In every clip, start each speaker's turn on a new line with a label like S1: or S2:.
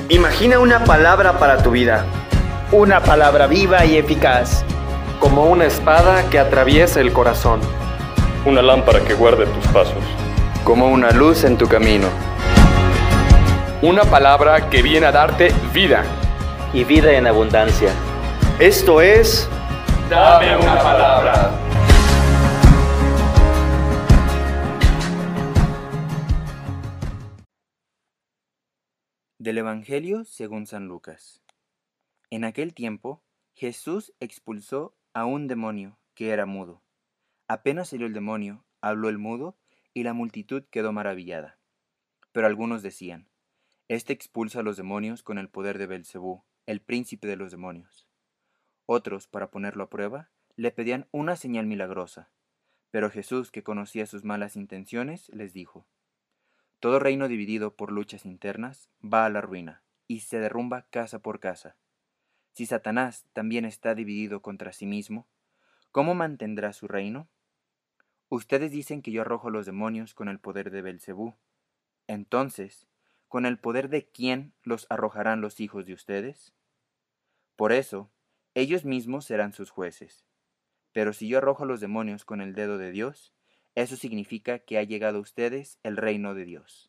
S1: Imagina una palabra para tu vida.
S2: Una palabra viva y eficaz.
S3: Como una espada que atraviesa el corazón.
S4: Una lámpara que guarde tus pasos.
S5: Como una luz en tu camino.
S6: Una palabra que viene a darte vida.
S7: Y vida en abundancia.
S1: Esto es...
S6: Dame una palabra.
S5: Del Evangelio según San Lucas. En aquel tiempo, Jesús expulsó a un demonio que era mudo. Apenas salió el demonio, habló el mudo, y la multitud quedó maravillada. Pero algunos decían: Este expulsa a los demonios con el poder de Belcebú, el príncipe de los demonios. Otros, para ponerlo a prueba, le pedían una señal milagrosa. Pero Jesús, que conocía sus malas intenciones, les dijo: Todo reino dividido por luchas internas va a la ruina, y se derrumba casa por casa. Si Satanás también está dividido contra sí mismo, ¿cómo mantendrá su reino? Ustedes dicen que yo arrojo los demonios con el poder de Belcebú. Entonces, ¿con el poder de quién los arrojarán los hijos de ustedes? Por eso, ellos mismos serán sus jueces. Pero si yo arrojo los demonios con el dedo de Dios, eso significa que ha llegado a ustedes el reino de Dios.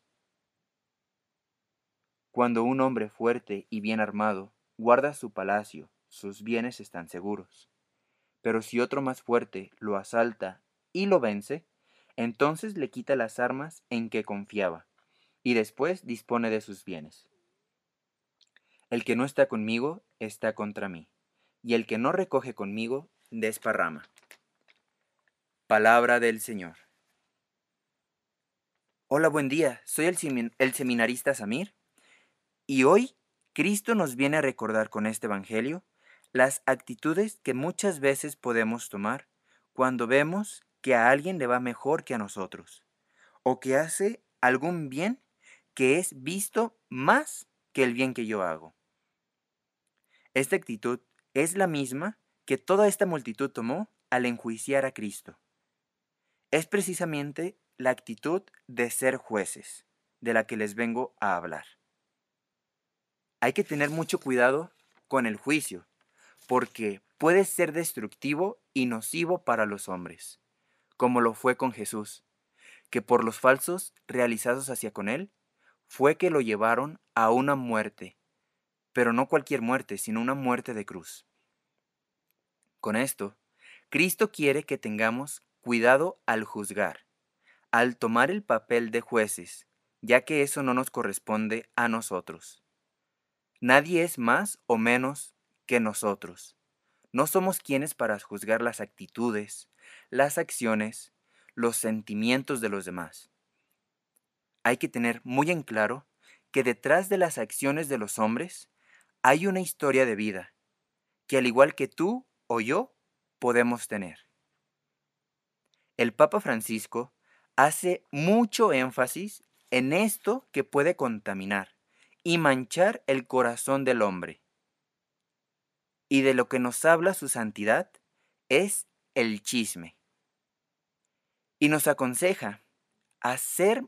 S5: Cuando un hombre fuerte y bien armado guarda su palacio, sus bienes están seguros. Pero si otro más fuerte lo asalta y lo vence, entonces le quita las armas en que confiaba, y después dispone de sus bienes. El que no está conmigo está contra mí, y el que no recoge conmigo desparrama. Palabra del Señor. Hola, buen día. Soy el seminarista Samir, y hoy Cristo nos viene a recordar con este Evangelio las actitudes que muchas veces podemos tomar cuando vemos que a alguien le va mejor que a nosotros, o que hace algún bien que es visto más que el bien que yo hago. Esta actitud es la misma que toda esta multitud tomó al enjuiciar a Cristo. Es precisamente la actitud de ser jueces, de la que les vengo a hablar. Hay que tener mucho cuidado con el juicio, porque puede ser destructivo y nocivo para los hombres, como lo fue con Jesús, que por los falsos realizados hacia con él, fue que lo llevaron a una muerte, pero no cualquier muerte, sino una muerte de cruz. Con esto, Cristo quiere que tengamos cuidado al juzgar, al tomar el papel de jueces, ya que eso no nos corresponde a nosotros. Nadie es más o menos que nosotros. No somos quienes para juzgar las actitudes, las acciones, los sentimientos de los demás. Hay que tener muy en claro que detrás de las acciones de los hombres hay una historia de vida, que al igual que tú o yo, podemos tener. El Papa Francisco hace mucho énfasis en esto que puede contaminar y manchar el corazón del hombre. Y de lo que nos habla su santidad es el chisme. Y nos aconseja a ser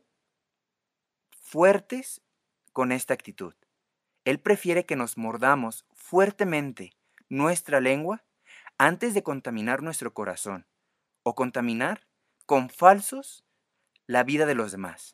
S5: fuertes con esta actitud. Él prefiere que nos mordamos fuertemente nuestra lengua antes de contaminar nuestro corazón o contaminar con falsos la vida de los demás.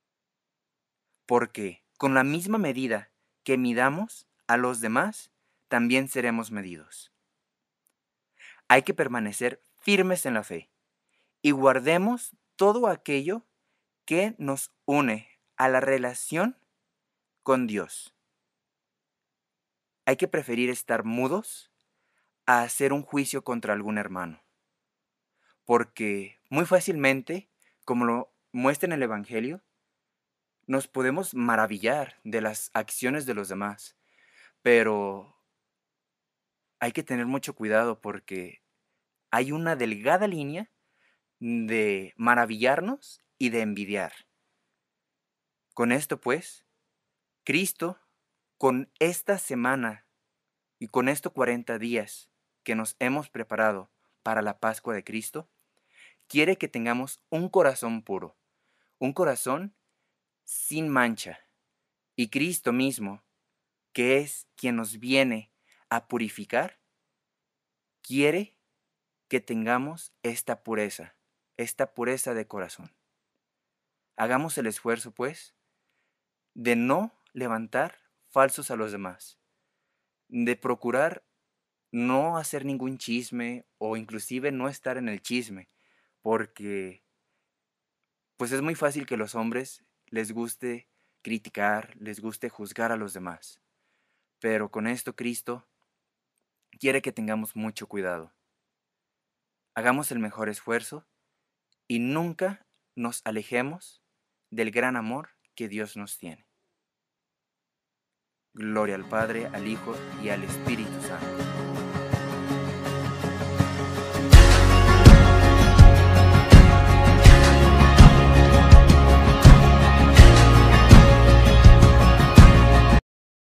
S5: Porque con la misma medida que midamos a los demás, también seremos medidos. Hay que permanecer firmes en la fe y guardemos todo aquello que nos une a la relación con Dios. Hay que preferir estar mudos a hacer un juicio contra algún hermano, porque muy fácilmente, como lo muestra en el Evangelio, nos podemos maravillar de las acciones de los demás, pero hay que tener mucho cuidado porque hay una delgada línea de maravillarnos y de envidiar. Con esto, pues, Cristo, con esta semana y con estos 40 días que nos hemos preparado para la Pascua de Cristo, quiere que tengamos un corazón puro, un corazón sin mancha. Y Cristo mismo que es quien nos viene a purificar, quiere que tengamos esta pureza de corazón. Hagamos el esfuerzo, pues, de no levantar falsos a los demás, de procurar no hacer ningún chisme o inclusive no estar en el chisme, porque pues es muy fácil que los hombres les guste criticar, les guste juzgar a los demás. Pero con esto Cristo quiere que tengamos mucho cuidado. Hagamos el mejor esfuerzo y nunca nos alejemos del gran amor que Dios nos tiene. Gloria al Padre, al Hijo y al Espíritu Santo.